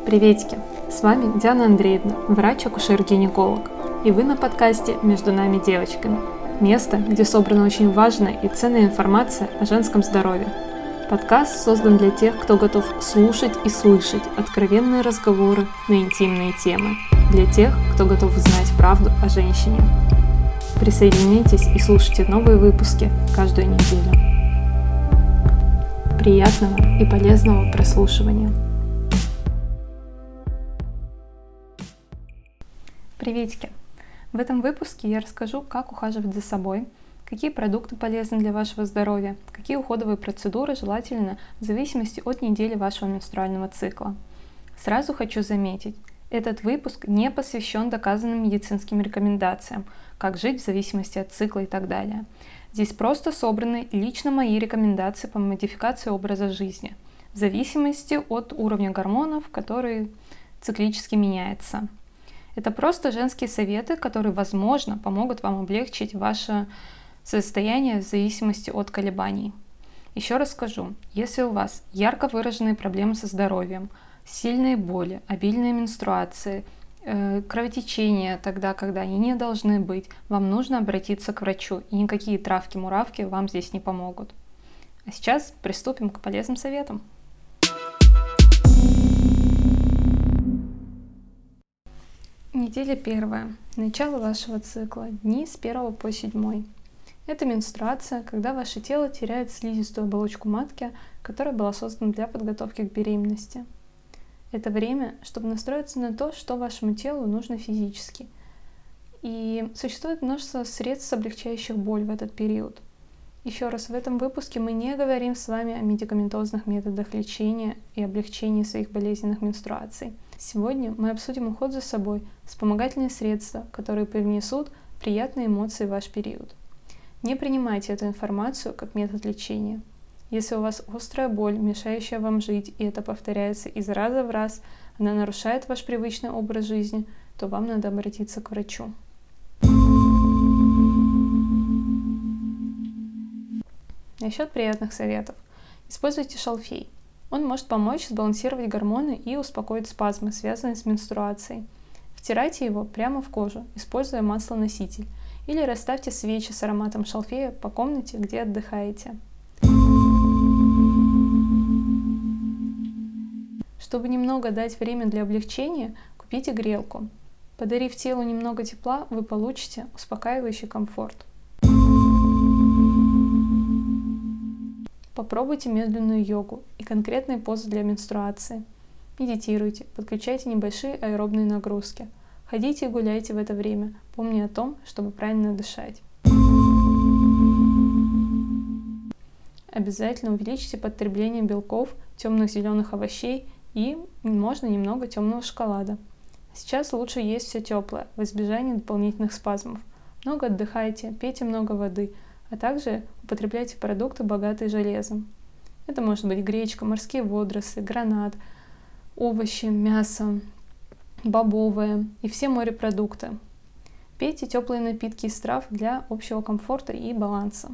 Приветики! С вами Диана Андреевна, врач-акушер-гинеколог. И вы на подкасте «Между нами девочками». Место, где собрана очень важная и ценная информация о женском здоровье. Подкаст создан для тех, кто готов слушать и слышать откровенные разговоры на интимные темы. Для тех, кто готов узнать правду о женщине. Присоединяйтесь и слушайте новые выпуски каждую неделю. Приятного и полезного прослушивания. Приветики! В этом выпуске я расскажу, как ухаживать за собой, какие продукты полезны для вашего здоровья, какие уходовые процедуры желательно в зависимости от недели вашего менструального цикла. Сразу хочу заметить, этот выпуск не посвящен доказанным медицинским рекомендациям, как жить в зависимости от цикла и так далее. Здесь просто собраны лично мои рекомендации по модификации образа жизни, в зависимости от уровня гормонов, который циклически меняется. Это просто женские советы, которые, возможно, помогут вам облегчить ваше состояние в зависимости от колебаний. Еще раз скажу, если у вас ярко выраженные проблемы со здоровьем, сильные боли, обильные менструации, кровотечения тогда, когда они не должны быть, вам нужно обратиться к врачу, и никакие травки-муравки вам здесь не помогут. А сейчас приступим к полезным советам. Неделя первая. Начало вашего цикла. Дни с 1 по 7. Это менструация, когда ваше тело теряет слизистую оболочку матки, которая была создана для подготовки к беременности. Это время, чтобы настроиться на то, что вашему телу нужно физически. И существует множество средств, облегчающих боль в этот период. Еще раз, в этом выпуске мы не говорим с вами о медикаментозных методах лечения и облегчения своих болезненных менструаций. Сегодня мы обсудим уход за собой, вспомогательные средства, которые привнесут приятные эмоции в ваш период. Не принимайте эту информацию как метод лечения. Если у вас острая боль, мешающая вам жить, и это повторяется из раза в раз, она нарушает ваш привычный образ жизни, то вам надо обратиться к врачу. Насчет приятных советов. Используйте шалфей. Он может помочь сбалансировать гормоны и успокоить спазмы, связанные с менструацией. Втирайте его прямо в кожу, используя маслоноситель, или расставьте свечи с ароматом шалфея по комнате, где отдыхаете. Чтобы немного дать время для облегчения, купите грелку. Подарив телу немного тепла, вы получите успокаивающий комфорт. Попробуйте медленную йогу и конкретные позы для менструации. Медитируйте, подключайте небольшие аэробные нагрузки. Ходите и гуляйте в это время, помня о том, чтобы правильно дышать. Обязательно увеличьте потребление белков, темных зеленых овощей и можно немного темного шоколада. Сейчас лучше есть все теплое, в избежание дополнительных спазмов. Много отдыхайте, пейте много воды, а также употребляйте продукты, богатые железом. Это может быть гречка, морские водоросли, гранат, овощи, мясо, бобовые и все морепродукты. Пейте теплые напитки из трав для общего комфорта и баланса.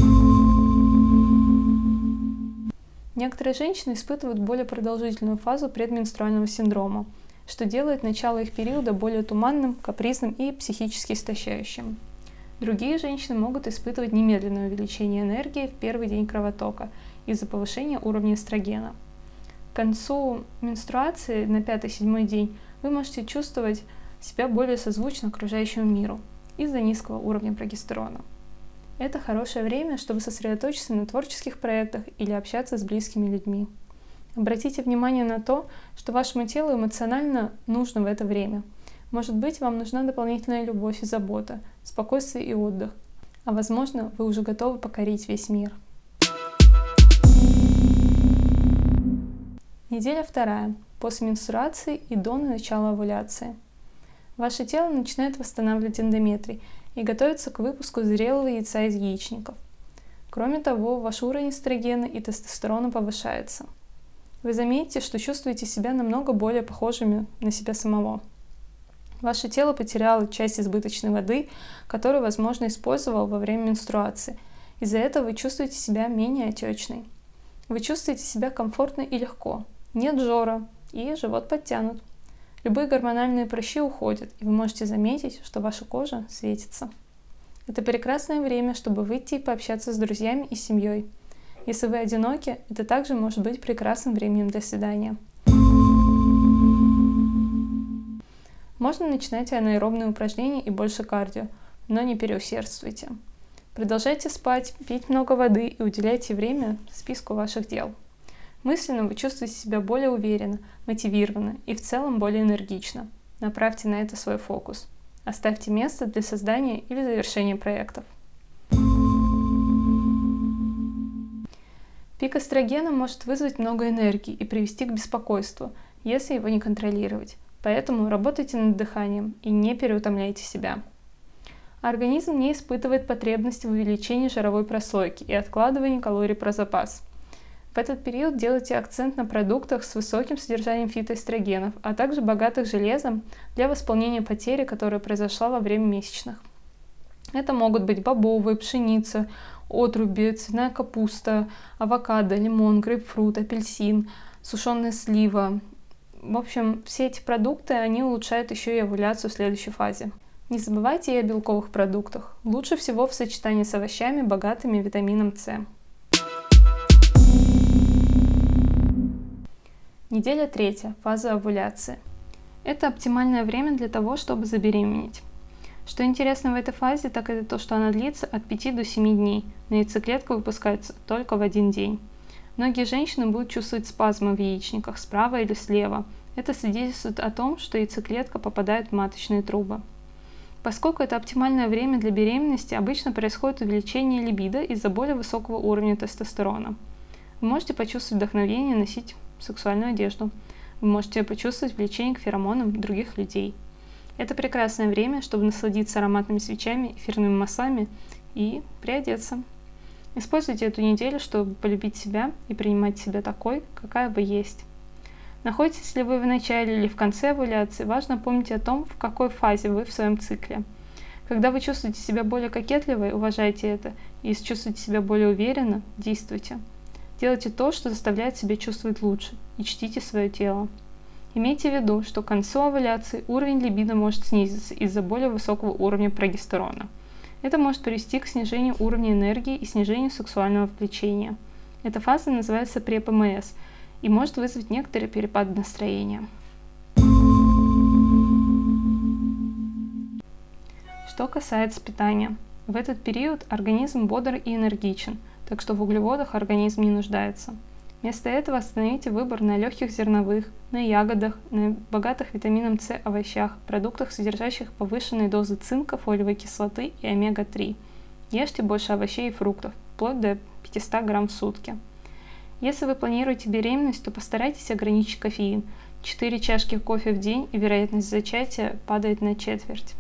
Некоторые женщины испытывают более продолжительную фазу предменструального синдрома, что делает начало их периода более туманным, капризным и психически истощающим. Другие женщины могут испытывать немедленное увеличение энергии в первый день кровотока из-за повышения уровня эстрогена. К концу менструации на 5-7 день вы можете чувствовать себя более созвучно окружающему миру из-за низкого уровня прогестерона. Это хорошее время, чтобы сосредоточиться на творческих проектах или общаться с близкими людьми. Обратите внимание на то, что вашему телу эмоционально нужно в это время. Может быть, вам нужна дополнительная любовь и забота, спокойствие и отдых, а возможно, вы уже готовы покорить весь мир. Неделя вторая. После менструации и до начала овуляции. Ваше тело начинает восстанавливать эндометрий и готовится к выпуску зрелого яйца из яичников. Кроме того, ваш уровень эстрогена и тестостерона повышается. Вы заметите, что чувствуете себя намного более похожими на себя самого. Ваше тело потеряло часть избыточной воды, которую, возможно, использовало во время менструации. Из-за этого вы чувствуете себя менее отечной. Вы чувствуете себя комфортно и легко. Нет жора и живот подтянут. Любые гормональные прыщи уходят, и вы можете заметить, что ваша кожа светится. Это прекрасное время, чтобы выйти и пообщаться с друзьями и семьей. Если вы одиноки, это также может быть прекрасным временем для свидания. Можно начинать анаэробные упражнения и больше кардио, но не переусердствуйте. Продолжайте спать, пить много воды и уделяйте время списку ваших дел. Мысленно вы чувствуете себя более уверенно, мотивированно и в целом более энергично. Направьте на это свой фокус. Оставьте место для создания или завершения проектов. Пик эстрогена может вызвать много энергии и привести к беспокойству, если его не контролировать. Поэтому работайте над дыханием и не переутомляйте себя. Организм не испытывает потребности в увеличении жировой прослойки и откладывании калорий про запас. В этот период делайте акцент на продуктах с высоким содержанием фитоэстрогенов, а также богатых железом для восполнения потери, которая произошла во время месячных. Это могут быть бобовые, пшеница, отруби, цветная капуста, авокадо, лимон, грейпфрут, апельсин, сушеная слива. В общем, все эти продукты, они улучшают еще и овуляцию в следующей фазе. Не забывайте и о белковых продуктах. Лучше всего в сочетании с овощами, богатыми витамином С. Неделя 3. Фаза овуляции. Это оптимальное время для того, чтобы забеременеть. Что интересно в этой фазе, так это то, что она длится от 5 до 7 дней, но яйцеклетка выпускается только в один день. Многие женщины будут чувствовать спазмы в яичниках справа или слева. Это свидетельствует о том, что яйцеклетка попадает в маточные трубы. Поскольку это оптимальное время для беременности, обычно происходит увеличение либидо из-за более высокого уровня тестостерона. Вы можете почувствовать вдохновение носить сексуальную одежду. Вы можете почувствовать влечение к феромонам других людей. Это прекрасное время, чтобы насладиться ароматными свечами, эфирными маслами и приодеться. Используйте эту неделю, чтобы полюбить себя и принимать себя такой, какая вы есть. Находитесь ли вы в начале или в конце овуляции, важно помнить о том, в какой фазе вы в своем цикле. Когда вы чувствуете себя более кокетливой, уважайте это, и если чувствуете себя более уверенно, действуйте. Делайте то, что заставляет себя чувствовать лучше, и чтите свое тело. Имейте в виду, что к концу овуляции уровень либидо может снизиться из-за более высокого уровня прогестерона. Это может привести к снижению уровня энергии и снижению сексуального влечения. Эта фаза называется пре-ПМС и может вызвать некоторые перепады настроения. Что касается питания. В этот период организм бодр и энергичен, так что в углеводах организм не нуждается. Вместо этого остановите выбор на легких зерновых, на ягодах, на богатых витамином С овощах, продуктах, содержащих повышенные дозы цинка, фолиевой кислоты и омега-3. Ешьте больше овощей и фруктов, вплоть до 500 грамм в сутки. Если вы планируете беременность, то постарайтесь ограничить кофеин. 4 чашки кофе в день, и вероятность зачатия падает на четверть.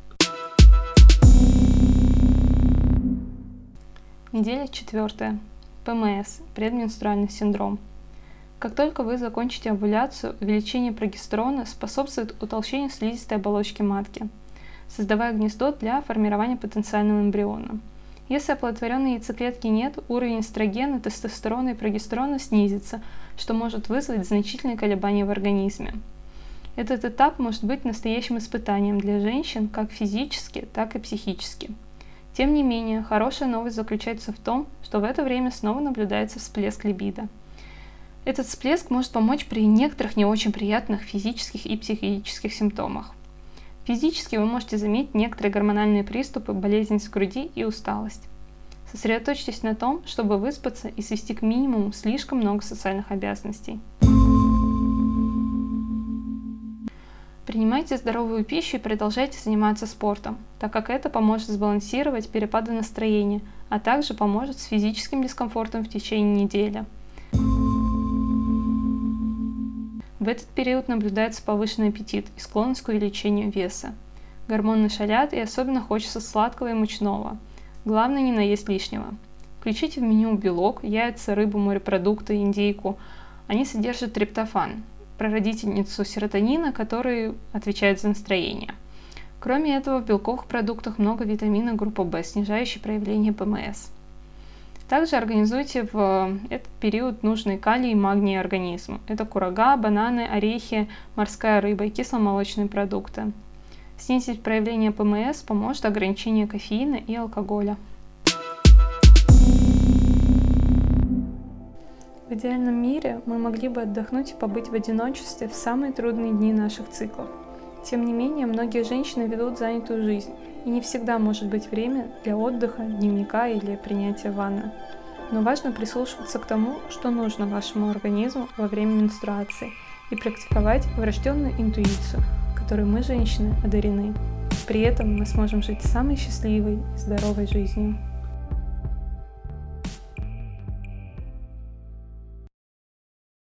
Неделя 4. ПМС – предменструальный синдром. Как только вы закончите овуляцию, увеличение прогестерона способствует утолщению слизистой оболочки матки, создавая гнездо для формирования потенциального эмбриона. Если оплодотворенной яйцеклетки нет, уровень эстрогена, тестостерона и прогестерона снизится, что может вызвать значительные колебания в организме. Этот этап может быть настоящим испытанием для женщин как физически, так и психически. Тем не менее, хорошая новость заключается в том, что в это время снова наблюдается всплеск либидо. Этот всплеск может помочь при некоторых не очень приятных физических и психических симптомах. Физически вы можете заметить некоторые гормональные приступы, болезненность в груди и усталость. Сосредоточьтесь на том, чтобы выспаться и свести к минимуму слишком много социальных обязанностей. Принимайте здоровую пищу и продолжайте заниматься спортом, так как это поможет сбалансировать перепады настроения, а также поможет с физическим дискомфортом в течение недели. В этот период наблюдается повышенный аппетит и склонность к увеличению веса. Гормоны шалят, и особенно хочется сладкого и мучного. Главное не наесть лишнего. Включите в меню белок, яйца, рыбу, морепродукты, индейку. Они содержат триптофан, прародительницу серотонина, который отвечает за настроение. Кроме этого, в белковых продуктах много витамина группы В, снижающей проявление ПМС. Также организуйте в этот период нужный калий и магний организму. Это курага, бананы, орехи, морская рыба и кисломолочные продукты. Снизить проявление ПМС поможет ограничение кофеина и алкоголя. В идеальном мире мы могли бы отдохнуть и побыть в одиночестве в самые трудные дни наших циклов. Тем не менее, многие женщины ведут занятую жизнь, и не всегда может быть время для отдыха, дневника или принятия ванны. Но важно прислушиваться к тому, что нужно вашему организму во время менструации, и практиковать врожденную интуицию, которой мы, женщины, одарены. При этом мы сможем жить самой счастливой и здоровой жизнью.